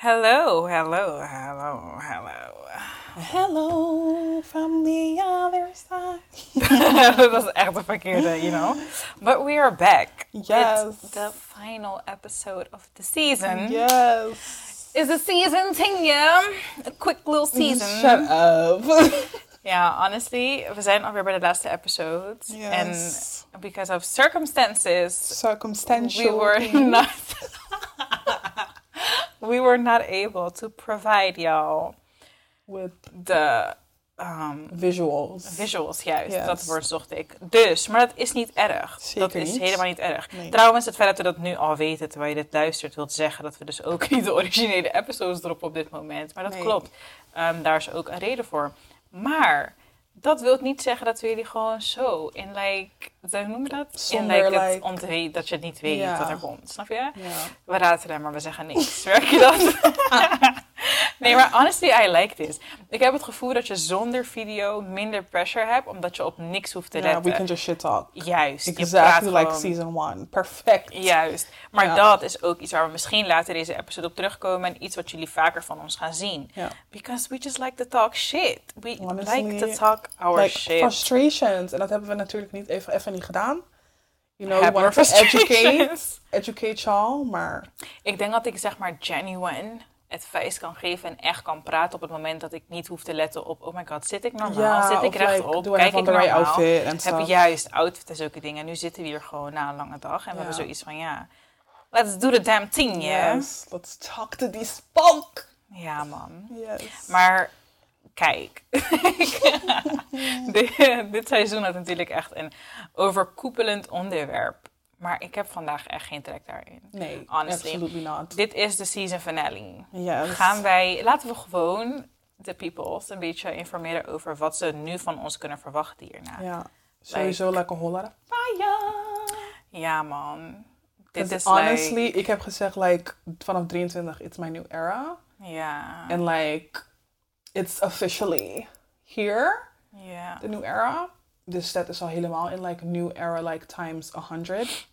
Hello, hello, hello, hello. Hello from the other side. Dat was echt een verkeerde, you know. But we are back. Yes. It's the final episode of the season. Yes. Is the season 10, yeah? A quick little season. Shut up. Ja, honestly, we zijn alweer bij de laatste episode. Yes. And because of circumstances, Circumstantial. we were not able to provide y'all with the visuals. visuals, juist. Yes. Dat woord zocht ik. Dus, maar dat is niet erg. Zeker dat is niet. helemaal niet erg. Nee. Trouwens, het feit dat we dat nu al weten, terwijl je dit luistert, wil zeggen dat we dus ook niet de originele episodes droppen op dit moment. Maar dat Nee. klopt. Daar is ook een reden voor. Maar dat wil niet zeggen dat we jullie gewoon zo in hoe noem je dat? Zonder, dat je het niet weet Ja. wat er komt. Snap je? Ja. We ratelen, maar we zeggen niks. Werk je dat? Nee, maar honestly, I like this. Ik heb het gevoel dat je zonder video minder pressure hebt, omdat je op niks hoeft te Yeah, letten. we can just shit talk. Juist. je Exactly praat like gewoon. season 1. Perfect. Juist. Maar Ja. dat is ook iets waar we misschien later deze episode op terugkomen en iets wat jullie vaker van ons gaan zien. Ja. Because we just like to talk shit. We Honestly, like to talk our Like shit. frustrations. En dat hebben we natuurlijk niet even niet gedaan. You know, Have we want more to educate frustrations. y'all, maar Ik denk dat ik zeg maar genuine advice kan geven en echt kan praten op het moment dat ik niet hoef te letten op, oh my god, zit ik normaal? ja, Zit ik of rechtop? do I Kijk have on ik the right normaal? outfit and Heb je stuff. juist outfit en zulke dingen. Nu zitten we hier gewoon na een lange dag en we Ja. hebben zoiets van, ja, let's do the damn thing, yeah? Yes, let's talk to die spunk. Ja, man. Yes. Maar kijk, dit seizoen had natuurlijk echt een overkoepelend onderwerp. Maar ik heb vandaag echt geen trek daarin. Nee, Honestly. absolutely not. Dit is de season finale. Yes. Laten we gewoon de peoples een beetje informeren over wat ze nu van ons kunnen verwachten hierna. Ja, sowieso like a whole lot of fire. Ja, man. Dit 'Cause is honestly, ik heb gezegd like vanaf 23, it's my new era. Ja. And like, it's officially here, Ja. the new era. Dus dat is al helemaal in like new era like times 100.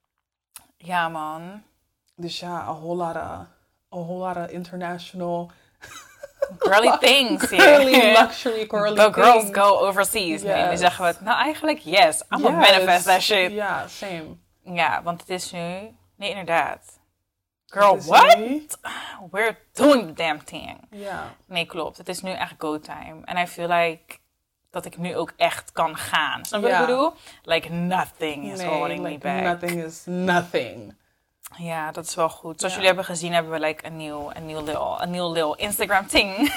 Ja, man. Dus ja, a whole lot of international Girly things. girly yeah. luxury girly The girls things. go overseas. Nee, nu Yes. zeggen we het. Nou, eigenlijk yes. I'm gonna Yes. manifest that shit. Ja, same. Ja, want het is nu... Nee, inderdaad. Girl, Het is what? nu- We're doing the damn thing. Ja. Nee, klopt. Het is nu echt go time. En I feel like dat ik nu ook echt kan gaan. Snap je wat Ja. ik bedoel? Like nothing is holding me like back. nothing is nothing. Ja, dat is wel goed. Zoals Ja. jullie hebben gezien, hebben we like een nieuw little Instagram thing.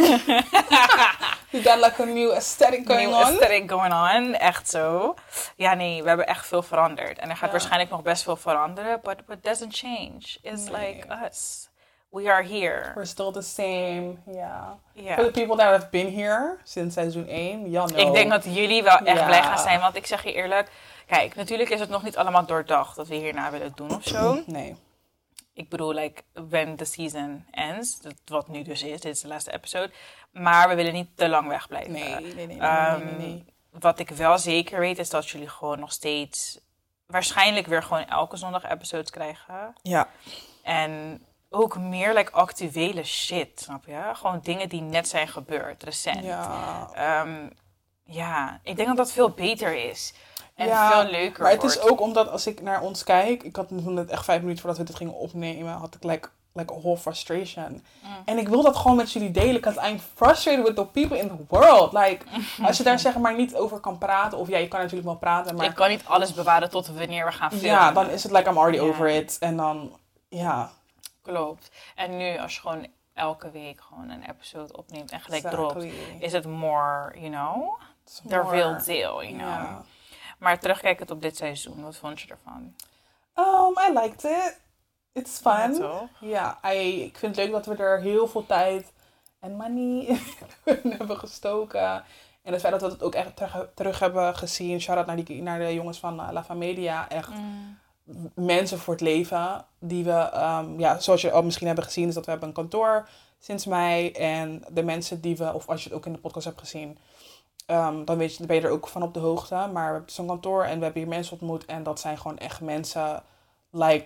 You got like a new aesthetic going Nieuw on. aesthetic going on. Echt zo. Ja, nee, we hebben echt veel veranderd. En er gaat Ja. waarschijnlijk nog best veel veranderen. But what doesn't change is Nee. like us. We are here. We're still the same. Yeah. Ja. For the people that have been here sinds seizoen 1, y'all know. Ik denk dat jullie wel echt Ja. blij gaan zijn. Want ik zeg je eerlijk. Kijk, natuurlijk is het nog niet allemaal doordacht dat we hierna willen doen of zo. Nee. Ik bedoel, like, when the season ends. Wat nu dus is. Dit is de laatste episode. Maar we willen niet te lang wegblijven. Nee. Wat ik wel zeker weet is dat jullie gewoon nog steeds waarschijnlijk weer gewoon elke zondag episodes krijgen. Ja. En ook meer like actuele shit, snap je? Gewoon dingen die net zijn gebeurd, recent. Ja. Ja, ik denk dat dat veel beter is. En Ja, veel leuker maar het wordt. is ook omdat als ik naar ons kijk, ik had toen net echt 5 minuten voordat we dit gingen opnemen, had ik like a whole frustration. En ik wil dat gewoon met jullie delen, because I'm frustrated with the people in the world. Like, als je daar zeg maar niet over kan praten, of ja, je kan natuurlijk wel praten, maar Ik kan niet alles bewaren tot wanneer we gaan filmen. ja, dan is het like I'm already Ja. over it. En dan, ja. Klopt. En nu als je gewoon elke week gewoon een episode opneemt en gelijk dropt, Exactly. is het more, you know, It's the more- real deal, you know. Ja. Maar terugkijkend op dit seizoen, wat vond je ervan? I liked it. It's fun. Ja, toch? Ja, ik vind het leuk dat we er heel veel tijd en money in hebben gestoken. En het feit dat we het ook echt terug hebben gezien. Shout-out naar de jongens van La Familia. Echt mensen voor het leven. Die we, zoals je al misschien hebben gezien, is dat we hebben een kantoor sinds mei. En de mensen die we, of als je het ook in de podcast hebt gezien, dan ben je er ook van op de hoogte. Maar we hebben zo'n kantoor en we hebben hier mensen ontmoet. En dat zijn gewoon echt mensen like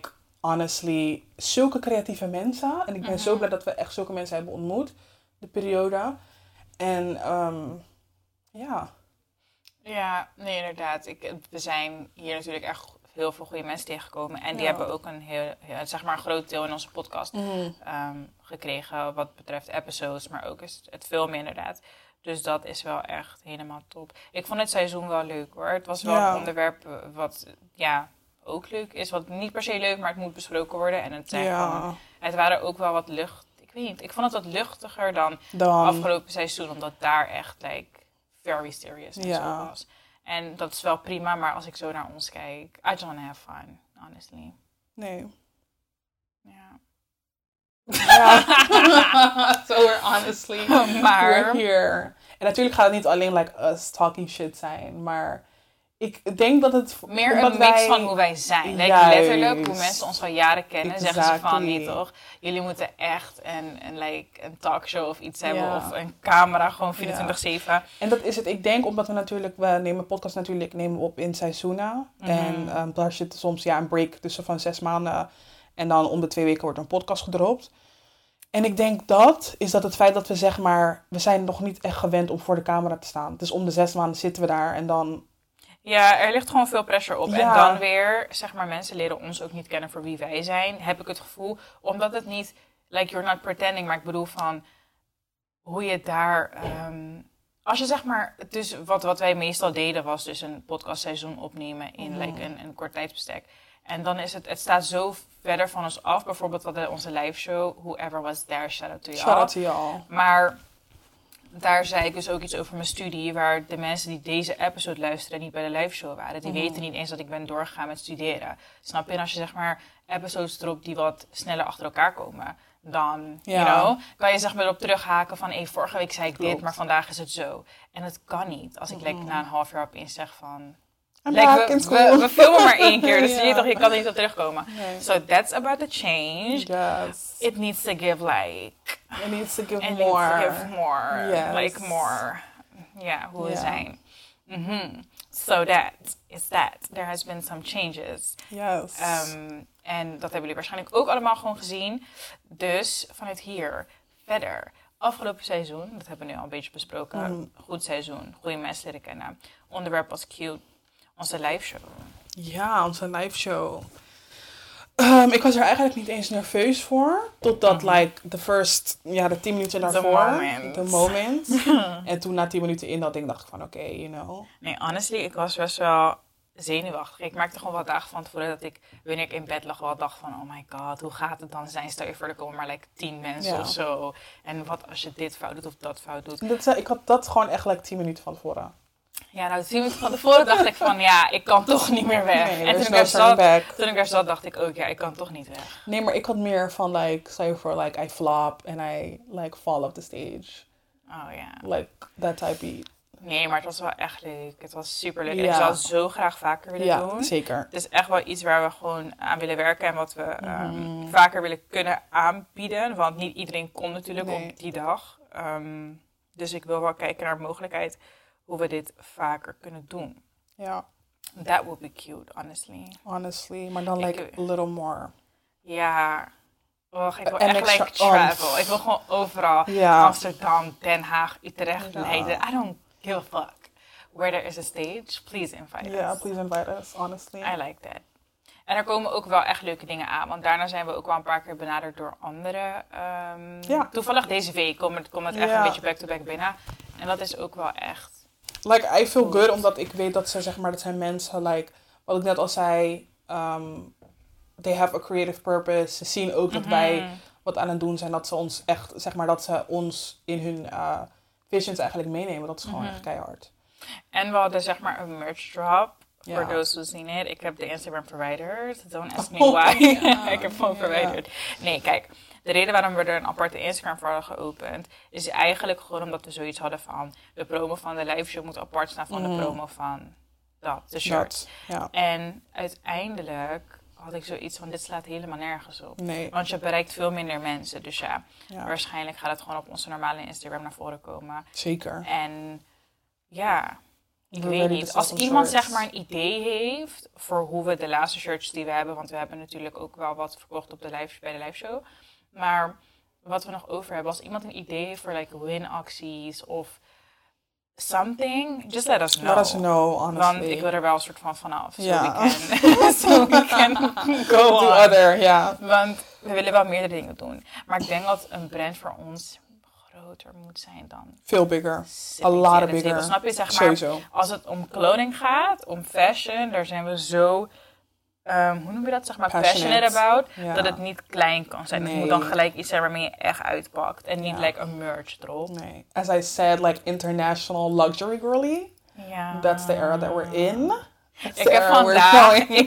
honestly zulke creatieve mensen. En ik ben zo blij dat we echt zulke mensen hebben ontmoet. De periode. En ja. Ja, nee, inderdaad. We zijn hier natuurlijk echt heel veel goede mensen tegengekomen. En die hebben ook een zeg maar een groot deel in onze podcast gekregen. Wat betreft episodes, maar ook is het filmen inderdaad. Dus dat is wel echt helemaal top. Ik vond het seizoen wel leuk hoor. Het was wel een onderwerp wat ook leuk is. Wat niet per se leuk, maar het moet besproken worden. En het waren ook wel wat lucht. Ik weet niet, ik vond het wat luchtiger dan afgelopen seizoen. Omdat daar echt very serious en zo was. En dat is wel prima, maar als ik zo naar ons kijk, I don't have fun, honestly. Nee. Ja. So we're honestly we're here. En natuurlijk gaat het niet alleen like us talking shit zijn, maar ik denk dat het meer een mix van hoe wij zijn. Letterlijk, hoe mensen ons al jaren kennen, zeggen ze van nee toch? Jullie moeten echt een talkshow of iets hebben of een camera gewoon 24/7. En dat is het. Ik denk omdat we nemen podcast nemen we op in seizoenen. En daar zit soms een break tussen van 6 maanden. En dan om de 2 weken wordt een podcast gedropt. En ik denk dat het feit dat we zeg maar, we zijn nog niet echt gewend om voor de camera te staan. Dus om de 6 maanden zitten we daar en dan... Ja, er ligt gewoon veel pressure op. En dan weer, zeg maar, mensen leren ons ook niet kennen voor wie wij zijn. Heb ik het gevoel, omdat het niet, you're not pretending, maar ik bedoel van, hoe je daar... als je zeg maar, dus wat wij meestal deden was dus een podcastseizoen opnemen in een kort tijdsbestek. En dan is het staat zo verder van ons af. Bijvoorbeeld wat onze live show, whoever was there, shout out to y'all. Shout out to y'all. Maar daar zei ik dus ook iets over mijn studie, waar de mensen die deze episode luisteren niet bij de live show waren. Die weten niet eens dat ik ben doorgegaan met studeren. Snap je? En als je zeg maar episodes erop die wat sneller achter elkaar komen, dan kan je zeg maar erop terughaken van vorige week zei ik dit, maar vandaag is het zo. En het kan niet. Als ik na een half jaar opeens zeg van... We filmen maar 1 keer, dus je kan er niet op terugkomen. Nee. So that's about to change. Yes. It needs to give It needs to give more. more. Needs to give more. Yes. More. Ja, hoe we zijn. So that is that. There has been some changes. Yes. En dat hebben jullie waarschijnlijk ook allemaal gewoon gezien. Dus vanuit hier verder. Afgelopen seizoen, dat hebben we nu al een beetje besproken. Goed seizoen, goede mensen leren kennen. Onderwerp was cute. Onze live show. Ja, onze live show. Ik was er eigenlijk niet eens nerveus voor. Totdat de 10 minuten daarvoor. The moment. En toen na 10 minuten in dat ding dacht ik van oké, Nee, honestly, ik was best wel zenuwachtig. Ik merkte gewoon wat dagen van tevoren dat ik, wanneer ik in bed lag, wel dacht van oh my god, hoe gaat het dan zijn? Stel je voor, er komen maar 10 mensen of zo. En wat als je dit fout doet of dat fout doet? Ik had dat gewoon echt 10 minuten van tevoren. Ja, 10 minuten van tevoren dacht ik van ik kan toch niet meer weg. Nee, en toen ik er zat, dacht ik ook, ik kan toch niet weg. Nee, maar ik had meer van stel je voor, I flop and I fall off the stage. Oh ja. That type beat. Nee, maar het was wel echt leuk. Het was super leuk. En ik zou het zo graag vaker willen doen. Ja, zeker. Het is echt wel iets waar we gewoon aan willen werken. En wat we vaker willen kunnen aanbieden. Want niet iedereen komt natuurlijk op die dag. Dus ik wil wel kijken naar de mogelijkheid hoe we dit vaker kunnen doen. Ja. That would be cute, honestly. Maar dan a little more. Ja. Oh, ik wil echt travel. Ik wil gewoon overal. Ja. Amsterdam, Den Haag, Utrecht, Leiden. I don't give a fuck. Where there is a stage, please invite us. Yeah, please invite us, honestly. I like that. En er komen ook wel echt leuke dingen aan. Want daarna zijn we ook wel een paar keer benaderd door anderen. Toevallig deze week komt het echt een beetje back-to-back binnen. En dat is ook wel echt... I feel good, omdat ik weet dat dat zijn mensen, wat ik net al zei, they have a creative purpose. Ze zien ook dat wij wat aan het doen zijn, dat ze ons echt, dat ze ons in hun visions eigenlijk meenemen. Dat is gewoon echt keihard. En we hadden een merch drop. For those who've seen it. Ik heb de Instagram verwijderd. Don't ask me why. Ik heb gewoon verwijderd. Nee, kijk. De reden waarom we er een aparte Instagram voor hadden geopend, is eigenlijk gewoon omdat we zoiets hadden van de promo van de live show moet apart staan van de promo van de shirt. Ja. En uiteindelijk had ik zoiets van, dit slaat helemaal nergens op. Nee. Want je bereikt veel minder mensen. Dus waarschijnlijk gaat het gewoon op onze normale Instagram naar voren komen. Zeker. En ja... Ik weet niet. Als iemand zeg maar een idee heeft voor hoe we de laatste shirts die we hebben, want we hebben natuurlijk ook wel wat verkocht op bij de live show. Maar wat we nog over hebben, als iemand een idee heeft voor like win-acties of something, just let us know. Let us know, honestly. Want ik wil er wel een soort van vanaf. Ja. So we can go on. To other, ja. Want we willen wel meerdere dingen doen. Maar ik denk dat een brand voor ons groter moet zijn dan... Veel bigger. A lot bigger. Snap je? Zeg maar, sowieso. Als het om clothing gaat, om fashion, daar zijn we zo... hoe noem je dat? Zeg maar passionate about. Ja. Dat het niet klein kan zijn. Het moet dan gelijk iets zijn waarmee je echt uitpakt. En niet like een merch drop. Nee. As I said, like international luxury girly. Ja. That's the era that we're in. Ik heb vandaag... Ik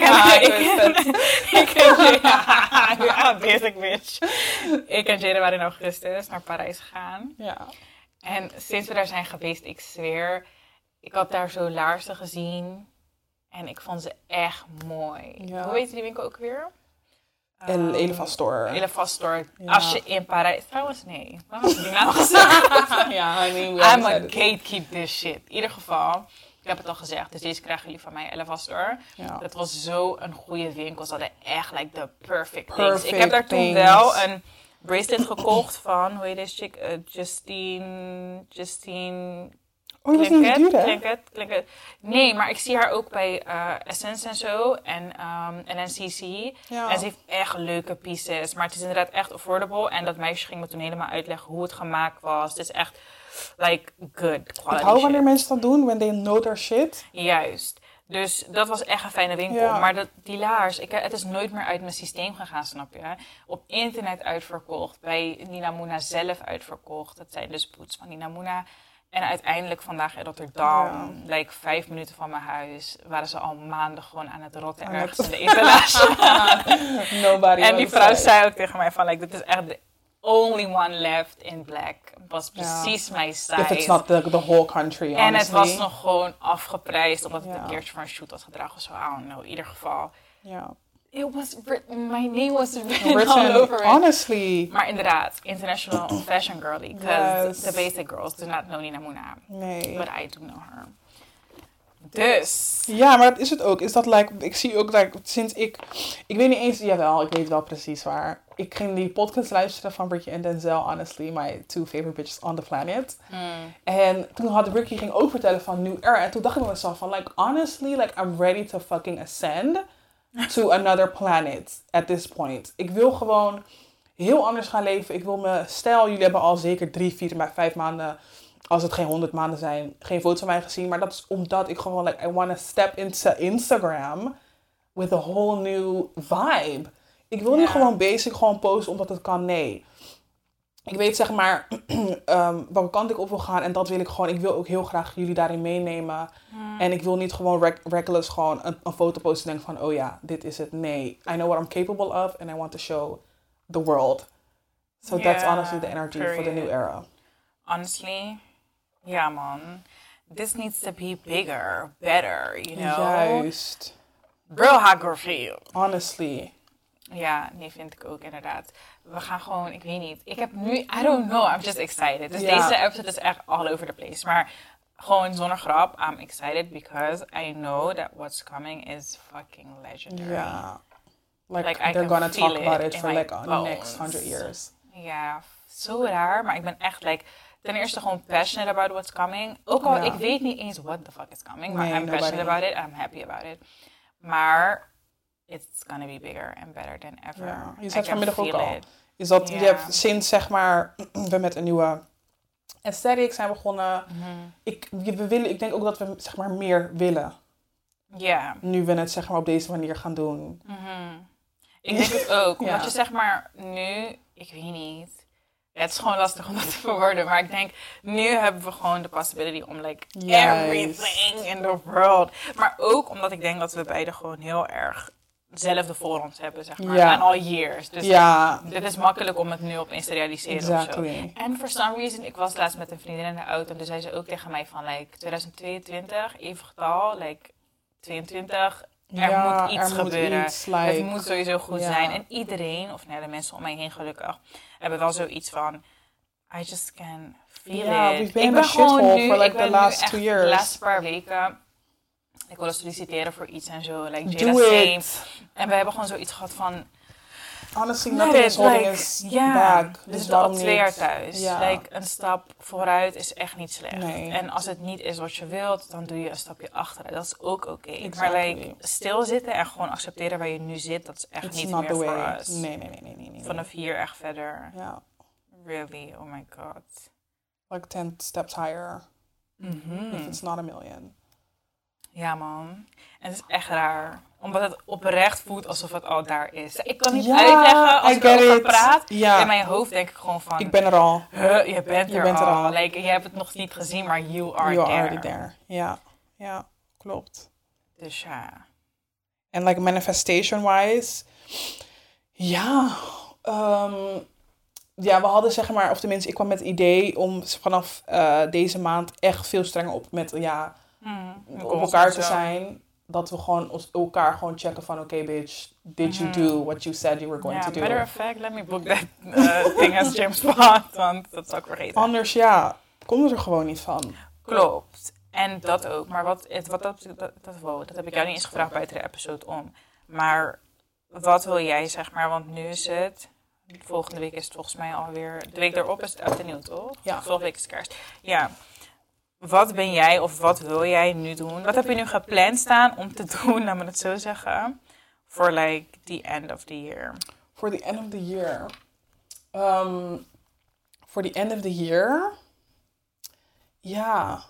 basic bitch. Ik en Jada waren in augustus naar Parijs gegaan. Ja. En sinds we daar zijn geweest, ik zweer... Ik had daar zo laarzen gezien... En ik vond ze echt mooi. Ja. Hoe heet die winkel ook weer? Elefant Store. Elefant Store. Ja. Als je in Parijs... Trouwens, nee. Waarom heb ik die naam gezegd? Ja, I mean... I'm a gatekeep this shit. In ieder geval, ik heb het al gezegd. Dus deze krijgen jullie van mij, Elefant Store. Ja. Dat was zo een goede winkel. Ze hadden echt like the perfect things. Ik heb daar toen wel een bracelet gekocht van... Hoe heet deze chick? Justine... Oh, dat is niet duur, hè? Klink het. Nee, maar ik zie haar ook bij Essence en zo. En NCC. Ja. En ze heeft echt leuke pieces. Maar het is inderdaad echt affordable. En dat meisje ging me toen helemaal uitleggen hoe het gemaakt was. Het is echt, like, good quality Ik hou wanneer shit. mensen dat doen, when they know their shit. Juist. Dus dat was echt een fijne winkel. Ja. Maar die laars, het is nooit meer uit mijn systeem gegaan, snap je? Op internet uitverkocht. Bij Nina Mouna zelf uitverkocht. Dat zijn dus boots van Nina Mouna. En uiteindelijk vandaag in Rotterdam, like 5 minuten van mijn huis, waren ze al maanden gewoon aan het rotten ergens in de etalage. Nobody En die vrouw zei ook tegen mij van, like, dit is echt the only one left in black. Het was precies mijn size. If it's not the whole country, honestly. En het was nog gewoon afgeprijsd, omdat het een keertje voor een shoot was gedragen of zo. I don't know, in ieder geval. Ja. It was written, my name was written all over it. Honestly. Maar inderdaad, international fashion girly. Because the basic girls do not know Nina Mouna. Nee. But I do know her. Dus. Ja, maar dat is het ook. Is dat like, ik zie ook like, sinds ik weet niet eens, jawel, ik weet wel precies waar. Ik ging die podcast luisteren van Ricky en Denzel, honestly, my 2 favorite bitches on the planet. En toen had Ricky ging ook vertellen van New Era. En toen dacht ik bij mezelf van, like, honestly, like, I'm ready to fucking ascend to another planet at this point. Ik wil gewoon heel anders gaan leven. Ik wil me, stel, jullie hebben al zeker 3, 4, 5 maanden, als het geen 100 maanden zijn, geen foto's van mij gezien. Maar dat is omdat ik gewoon, like, I want to step into Instagram with a whole new vibe. Ik wil niet gewoon basic gewoon posten omdat het kan, nee. Ik weet zeg maar welke kant ik op wil gaan en dat wil ik gewoon. Ik wil ook heel graag jullie daarin meenemen. En ik wil niet gewoon reckless gewoon een foto posten en denken van, oh ja, dit is het. Nee, I know what I'm capable of and I want to show the world. So that's honestly the energy for the new era. Honestly, ja man. This needs to be bigger, better, you know? Juist. Real hot girl feel. Honestly. Ja, nee, vind ik ook inderdaad. We gaan gewoon, ik weet niet. Ik heb nu, I don't know, I'm just excited. Dus deze episode is echt all over the place. Maar gewoon zonder grap, I'm excited because I know that what's coming is fucking legendary. Yeah. Like they're gonna talk about it for like the next 100 years. Ja, zo raar. Maar ik ben echt like, ten eerste gewoon passionate about what's coming. Ook al, ik weet niet eens what the fuck is coming. Maar I'm passionate about it, I'm happy about it. Maar it's gonna be bigger and better than ever. Ja, je zei vanmiddag ook al. Is dat, je hebt sinds zeg maar, we met een nieuwe aesthetic zijn begonnen. Ik denk ook dat we zeg maar meer willen. Ja. Nu we het zeg maar op deze manier gaan doen. Ik denk het ook. Omdat je zeg maar nu, ik weet niet. Ja, het is gewoon lastig om dat te verwoorden. Maar ik denk, nu hebben we gewoon de possibility om like everything in the world. Maar ook omdat ik denk dat we beide gewoon heel erg zelf de voorhand hebben, zeg maar. En al years. Dus dit is makkelijk om het nu opeens te realiseren of zo. En for some reason, ik was laatst met een vriendin in de auto. En toen zei ze ook tegen mij van, like, 2022, even getal, like, 22... Er moet iets gebeuren. Het moet sowieso goed zijn. En iedereen, of nee, de mensen om mij heen gelukkig, hebben wel zoiets van, I just can feel Yeah, it. we've been Ik in ben a shithole gewoon nu, for like ik ben the last nu echt 2 years. de laatste paar weken, ik wilde solliciteren voor iets en zo, like Jada Do Same. it. En we hebben gewoon zoiets gehad van, Honestly, let nothing it, is holding like, us ja, back. we Dus zitten al waarom 2 jaar niet? thuis. Ja. Like, een stap vooruit is echt niet slecht. Nee. En als het niet is wat je wilt, dan doe je een stapje achteruit. Dat is ook oké. Maar Exactly. like, stilzitten en gewoon accepteren waar je nu zit, dat is echt It's niet not meer the voor way. us. Nee. Vanaf hier echt verder. Ja. Really, oh my god. Like 10 steps higher. Mhm. If it's not a million. Ja, man. En het is echt raar. Omdat het oprecht voelt alsof het al daar is. Ik kan niet Ja, uitleggen als I ik get erover it. praat. Ja. In mijn hoofd denk ik gewoon van... Ik ben er al. Je bent er al. Like, je hebt het nog niet gezien, maar you are already there. Ja, klopt. Dus ja. En like manifestation-wise... Ja, ja, we hadden zeg maar... Of tenminste, ik kwam met het idee om vanaf deze maand echt veel strenger op met... Ja, op elkaar te zijn. Dat we gewoon elkaar gewoon checken van... Oké, bitch, did you do what you said you were going to do? Matter of fact, let me book that thing as James Bond. Want dat zou ik vergeten. Anders, ja, komt er gewoon niet van. Klopt. En dat ook. Maar dat heb ik jou niet eens gevraagd buiten de episode om. Maar wat wil jij, zeg maar? Want nu is het... Volgende week is het volgens mij alweer... De week erop is het oud en nieuw, toch? Ja. Volgende week is het kerst. Ja. Wat ben jij of wat wil jij nu doen? Wat heb je nu gepland staan om te doen, laat me het zo zeggen, for like the end of the year? For the end of the year. For the end of the year. Ja.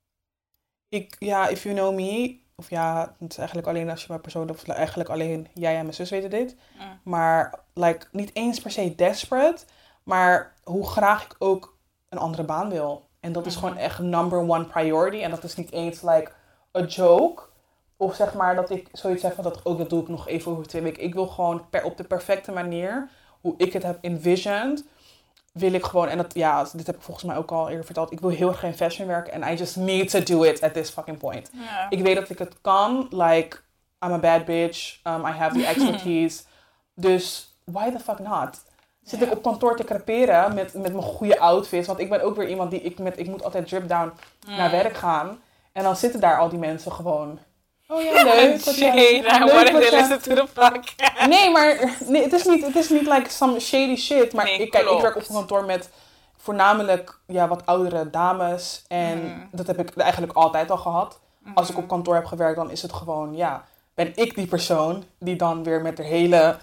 If you know me. Of ja, het is eigenlijk alleen als je mijn persoon... Of eigenlijk alleen jij en mijn zus weten dit. Maar like, niet eens per se desperate. Maar hoe graag ik ook een andere baan wil. En dat is gewoon echt number one priority. En dat is niet eens like a joke. Of zeg maar dat ik zoiets heb van dat doe ik nog even over 2 weken. Ik wil gewoon op de perfecte manier, hoe ik het heb envisioned, wil ik gewoon, en dat, ja, dit heb ik volgens mij ook al eerder verteld, ik wil heel erg in fashion werken en I just need to do it at this fucking point. Ja. Ik weet dat ik het kan, like, I'm a bad bitch, I have the expertise, dus why the fuck not? Zit ik op kantoor te creperen met mijn goede outfits, want ik ben ook weer iemand die, ik moet altijd drip down naar werk gaan, en dan zitten daar al die mensen gewoon... Oh ja, leuk. Shade, what if they listen to the podcast? Nee, het is niet like some shady shit. Maar Nee, ik werk op een kantoor met voornamelijk wat oudere dames. En dat heb ik eigenlijk altijd al gehad. Als ik op kantoor heb gewerkt, dan is het gewoon, ben ik die persoon die dan weer met de hele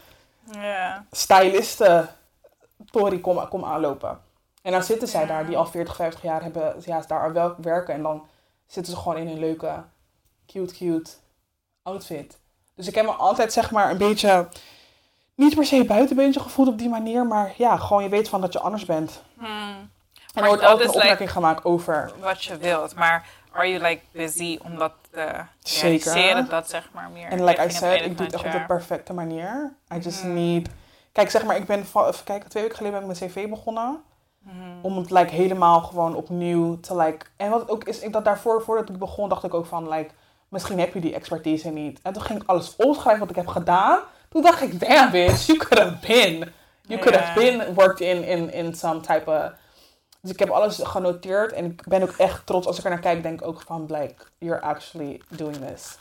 stylisten tory kom aanlopen. En dan zitten zij daar, die al 40, 50 jaar hebben, daar al wel werken. En dan zitten ze gewoon in een leuke... cute outfit. Dus ik heb me altijd zeg maar een beetje... Niet per se buitenbeentje gevoeld op die manier. Maar ja, gewoon je weet van dat je anders bent. En er wordt ook een opmerking gemaakt over... Wat je wilt. Maar are you like busy om dat te realiseren? Dat zeg maar meer... En like I said, ik doe het echt op de perfecte manier. I just need... Kijk, zeg maar, ik ben... Even kijken, 2 weken geleden ben ik mijn cv begonnen. Om het like helemaal gewoon opnieuw te like... En wat het ook is, dat daarvoor, voordat ik begon, dacht ik ook van like... Misschien heb je die expertise niet. En toen ging ik alles opschrijven wat ik heb gedaan. Toen dacht ik, damn bitch, you could have been. You could have been worked in some type of... Dus ik heb alles genoteerd. En ik ben ook echt trots. Als ik er naar kijk, denk ik ook van, like, you're actually doing this.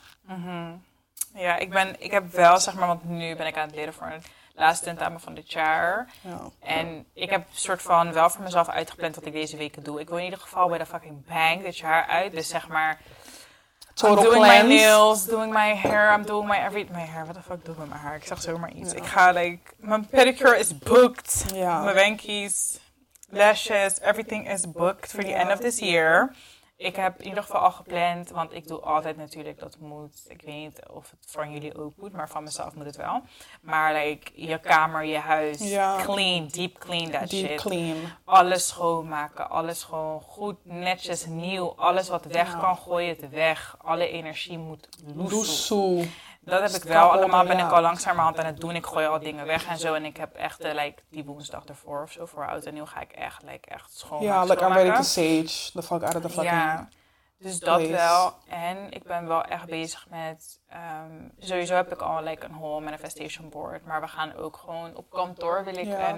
Ja, ik heb wel, zeg maar, want nu ben ik aan het leren voor een laatste tentamen van dit jaar. Ja. En ik heb soort van wel voor mezelf uitgepland wat ik deze weken doe. Ik wil in ieder geval bij de fucking bank dit jaar uit. Dus zeg maar... I'm doing my nails, doing my hair, I'm doing my hair. What the fuck doe ik met mijn haar? Ik zag zomaar iets. Ik ga mijn pedicure is booked. Mijn wenkies, lashes, everything is booked for the end of this year. Ik heb in ieder geval al gepland, want ik doe altijd natuurlijk, dat moet, ik weet niet of het van jullie ook moet, maar van mezelf moet het wel. Maar like, je kamer, je huis, clean, deep clean that deep shit. Clean. Alles schoonmaken, alles gewoon goed, netjes, nieuw. Alles wat weg kan, gooi het weg. Alle energie moet loesoe. Dat heb ik wel allemaal, ben ik al langzamerhand aan het doen. Ik gooi al dingen weg en zo. En ik heb echt, die woensdag ervoor of zo, voor oud en nieuw ga ik echt schoonmaken. Ja, like I'm ready to sage the fuck out of the fucking... Ja, dus dat wel. En ik ben wel echt bezig met... sowieso heb ik al een whole manifestation board. Maar we gaan ook gewoon op kantoor wil ik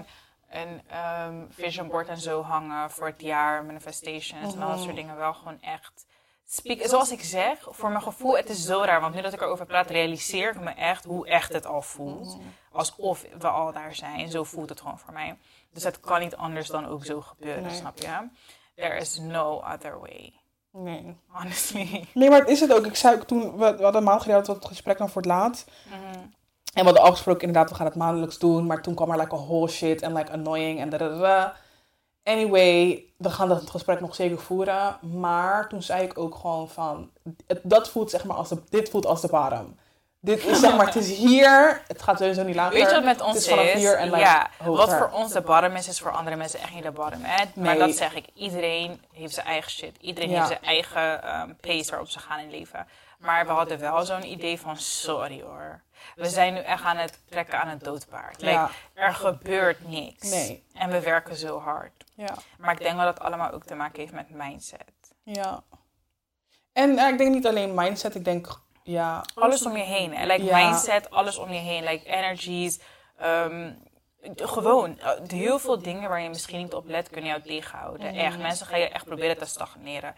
een vision board en zo hangen voor het jaar, manifestations en al dat soort dingen wel gewoon echt speak. Zoals ik zeg, voor mijn gevoel, het is zo raar, want nu dat ik erover praat, realiseer ik me echt hoe echt het al voelt. Alsof we al daar zijn. Zo voelt het gewoon voor mij. Dus het kan niet anders dan ook zo gebeuren, snap je? There is no other way. Nee. Honestly. Nee, maar het is het ook. Ik zei toen, we hadden een maand geleden het gesprek dan voor het laatst. En we hadden afgesproken inderdaad, we gaan het maandelijks doen. Maar toen kwam er like a whole shit en like annoying en da. Anyway, we gaan dat gesprek nog zeker voeren. Maar toen zei ik ook gewoon van, dat voelt zeg maar dit voelt als de bottom. Dit is zeg maar, het is hier, het gaat sowieso niet lager. Weet je wat met ons het is? Vanaf hier en like, wat voor ons de bottom is voor andere mensen echt niet de bottom. Hè? Maar Nee. dat zeg ik, iedereen heeft zijn eigen shit. Iedereen heeft zijn eigen pace waarop ze gaan in leven. Maar we hadden wel zo'n idee van, sorry hoor. We zijn nu echt aan het trekken aan het doodpaard. Like, er gebeurt niks. Nee. En we werken zo hard. Ja. Maar ik denk dat het allemaal ook te maken heeft met mindset. Ja. En ik denk niet alleen mindset, ik denk, ja... Alles om je heen. Hè? Like mindset, alles om je heen. Like energies. Gewoon. Heel veel dingen waar je misschien niet op let, kunnen jou tegenhouden. Echt. Mensen gaan je echt proberen te stagneren.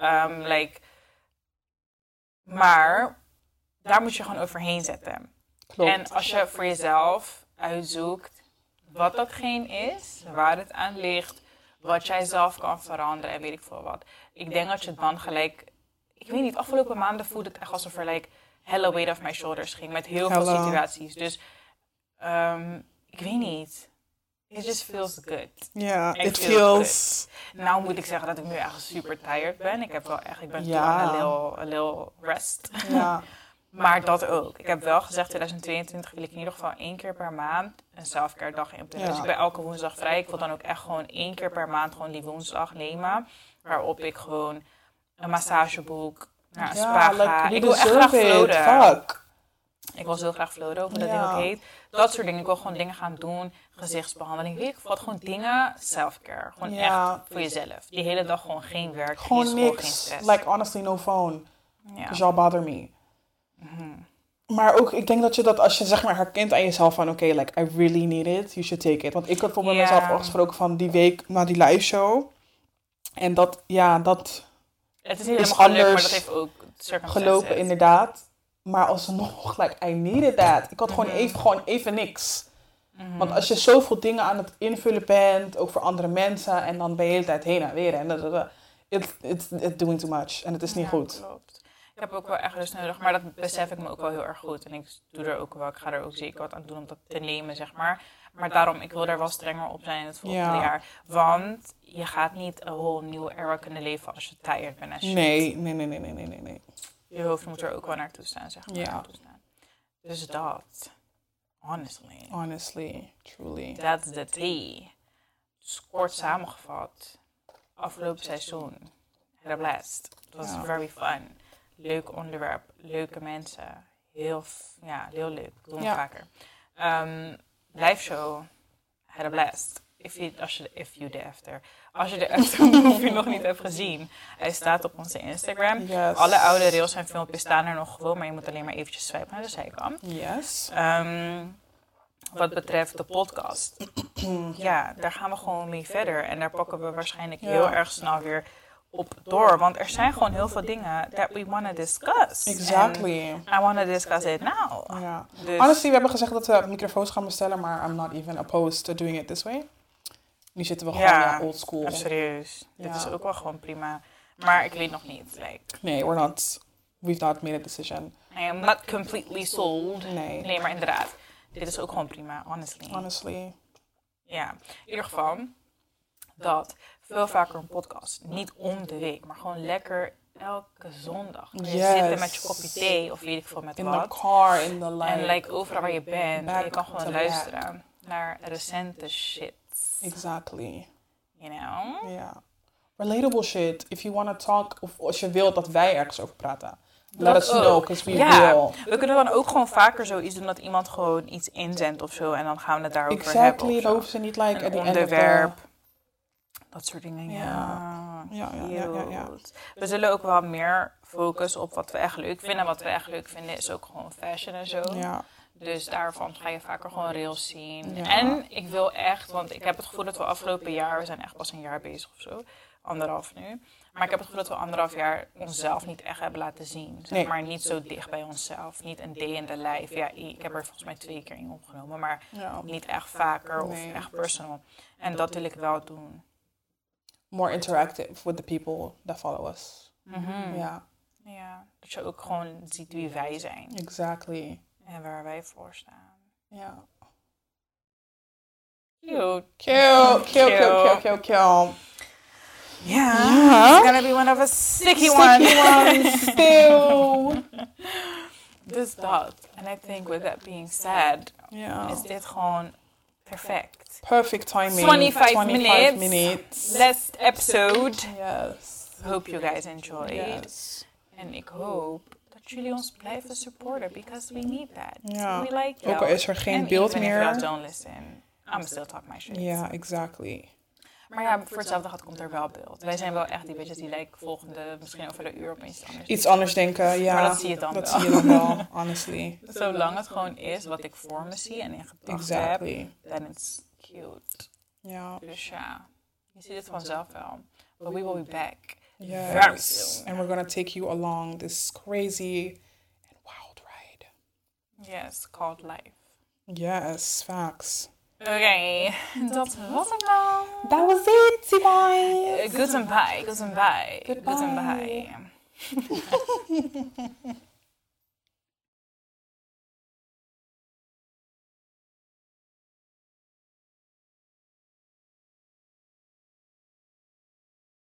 Maar daar moet je gewoon overheen zetten. Klopt. En als je voor jezelf uitzoekt wat datgene is, waar het aan ligt, wat jij zelf kan veranderen en weet ik veel wat. Ik denk dat je dan gelijk, ik weet niet, afgelopen maanden voelde het echt alsof er like hella weight off my shoulders ging met heel veel situaties. Dus ik weet niet. It just feels good. Ja, it feels... Nou moet ik zeggen dat ik nu echt super tired ben. Ik ben toe aan een little rest. Ja. Maar dat ook. Ik heb wel gezegd, 2022 wil ik in ieder geval 1 keer per maand een selfcare dag inplannen. Dus ik ben elke woensdag vrij. Ik wil dan ook echt gewoon 1 keer per maand gewoon die woensdag nemen. Waarop ik gewoon een massage boek, naar een spa ga. Ik wil echt graag floaten. Fuck. Ik wil zo graag floaten, hoe dat ding ook heet. Dat soort dingen. Ik wil gewoon dingen gaan doen. Gezichtsbehandeling, weet ik wat. Gewoon dingen, selfcare. Gewoon echt voor jezelf. Die hele dag gewoon geen werk, gewoon geen school, niks. geen stress. Like honestly no phone. Because y'all bother me. Maar ook, ik denk dat je dat als je zeg maar herkent aan jezelf van oké, like I really need it, you should take it. Want ik heb voor mezelf afgesproken van die week na die live show. En dat het is niet helemaal gelukt, maar dat heeft ook gelopen inderdaad. Maar alsnog, like I needed that. Ik had gewoon even niks. Want als je zoveel dingen aan het invullen bent, ook voor andere mensen, en dan ben je de hele tijd heen en weer. En it's doing too much. En het is niet goed. Klopt. Ik heb ook wel echt rust nodig, maar dat besef ik me ook wel heel erg goed. En ik ga er ook zeker wat aan doen om dat te nemen, zeg maar. Maar daarom, ik wil daar wel strenger op zijn in het volgende jaar. Want je gaat niet een whole nieuwe era kunnen leven als je tired bent en shit. Nee. Je hoofd moet er ook wel naartoe staan, zeg maar. Ja. Dus dat. Honestly, truly. That's the tea. Dus kort samengevat. Afgelopen seizoen. Had a blast. Het was very fun. Leuk onderwerp. Leuke mensen. Heel leuk. Doen we vaker. Live show. Had a blast. Als je de after nog niet hebt gezien. Hij staat op onze Instagram. Yes. Alle oude reels en filmpjes staan er nog gewoon. Maar je moet alleen maar eventjes swipen naar de zijkant. Yes. Wat betreft de podcast. Daar gaan we gewoon mee verder. En daar pakken we waarschijnlijk heel erg snel weer op door. Want er zijn gewoon heel veel dingen that we want to discuss. Exactly. And I want to discuss it now. Ja. Dus, honestly, we hebben gezegd dat we microfoons gaan bestellen, maar I'm not even opposed to doing it this way. Nu zitten we gewoon old school. Serieus. Dit is ook wel gewoon prima. Maar ik weet nog niet. Nee, we've not made a decision. I am not completely sold. Nee, maar inderdaad. Dit is ook gewoon prima, honestly. Ja, in ieder geval dat veel vaker een podcast. Niet om de week, maar gewoon lekker elke zondag. Je zitten met je kopje thee of weet ik veel met in wat. In the car, in the light. En overal waar je bent. En je kan gewoon luisteren naar recente shit. Exactly. You know? Yeah. Relatable shit. If you want to talk, of als je wilt dat wij ergens over praten. Let us know, because we will. We kunnen dan ook gewoon vaker zoiets doen dat iemand gewoon iets inzendt of zo. En dan gaan we het daarover hebben. Exactly, dat hoeft ze niet like een onderwerp. Dat soort dingen, ja. We zullen ook wel meer focussen op wat we echt leuk vinden. Wat we echt leuk vinden is ook gewoon fashion en zo. Ja. Dus daarvan ga je vaker gewoon reels zien. Ja. En ik wil echt, want ik heb het gevoel dat we afgelopen jaar, we zijn echt pas een jaar bezig of zo, 1,5 nu. Maar ik heb het gevoel dat we 1,5 jaar onszelf niet echt hebben laten zien. Zeg Nee. maar niet zo dicht bij onszelf. Niet een day in the life. Ja, ik heb er volgens mij 2 keer in opgenomen, maar niet echt vaker of echt personal. En dat wil ik wel doen. More interactive with the people that follow us. Mhm. Ja. Ja, dat je ook gewoon ziet wie wij zijn. Exactly. En waar wij voor staan. Ja. Cute. Cute. Yeah, it's gonna be one of a sticky ones still. Dus dat. En I think with that being said, is dit gewoon perfect. Perfect timing. 25 minutes. Last episode. Yes. Hope you guys enjoy. Yes. En ik hoop dat jullie ons blijven supporten, because we need that. Ja. We like you. Ook al is er geen beeld meer. Even if you don't listen, I'm still talk my shit. Ja, exactly. Maar ja, voor hetzelfde geld komt er wel beeld. Wij zijn wel echt die bitches die volgende, misschien over de uur opeens anders. Iets anders denken, ja. Maar dat zie je dan wel. Dat zie je dan wel, honestly. Zolang het gewoon is wat ik voor me zie en in gedachten heb, then it's cute. Ja. Dus ja, je ziet het vanzelf wel. But we will be back Yes. very soon. And we're gonna take you along this crazy and wild ride. Yes, called life. Yes, facts. Oké, dat was het dan. That was it, guys. Goodbye. Goodbye.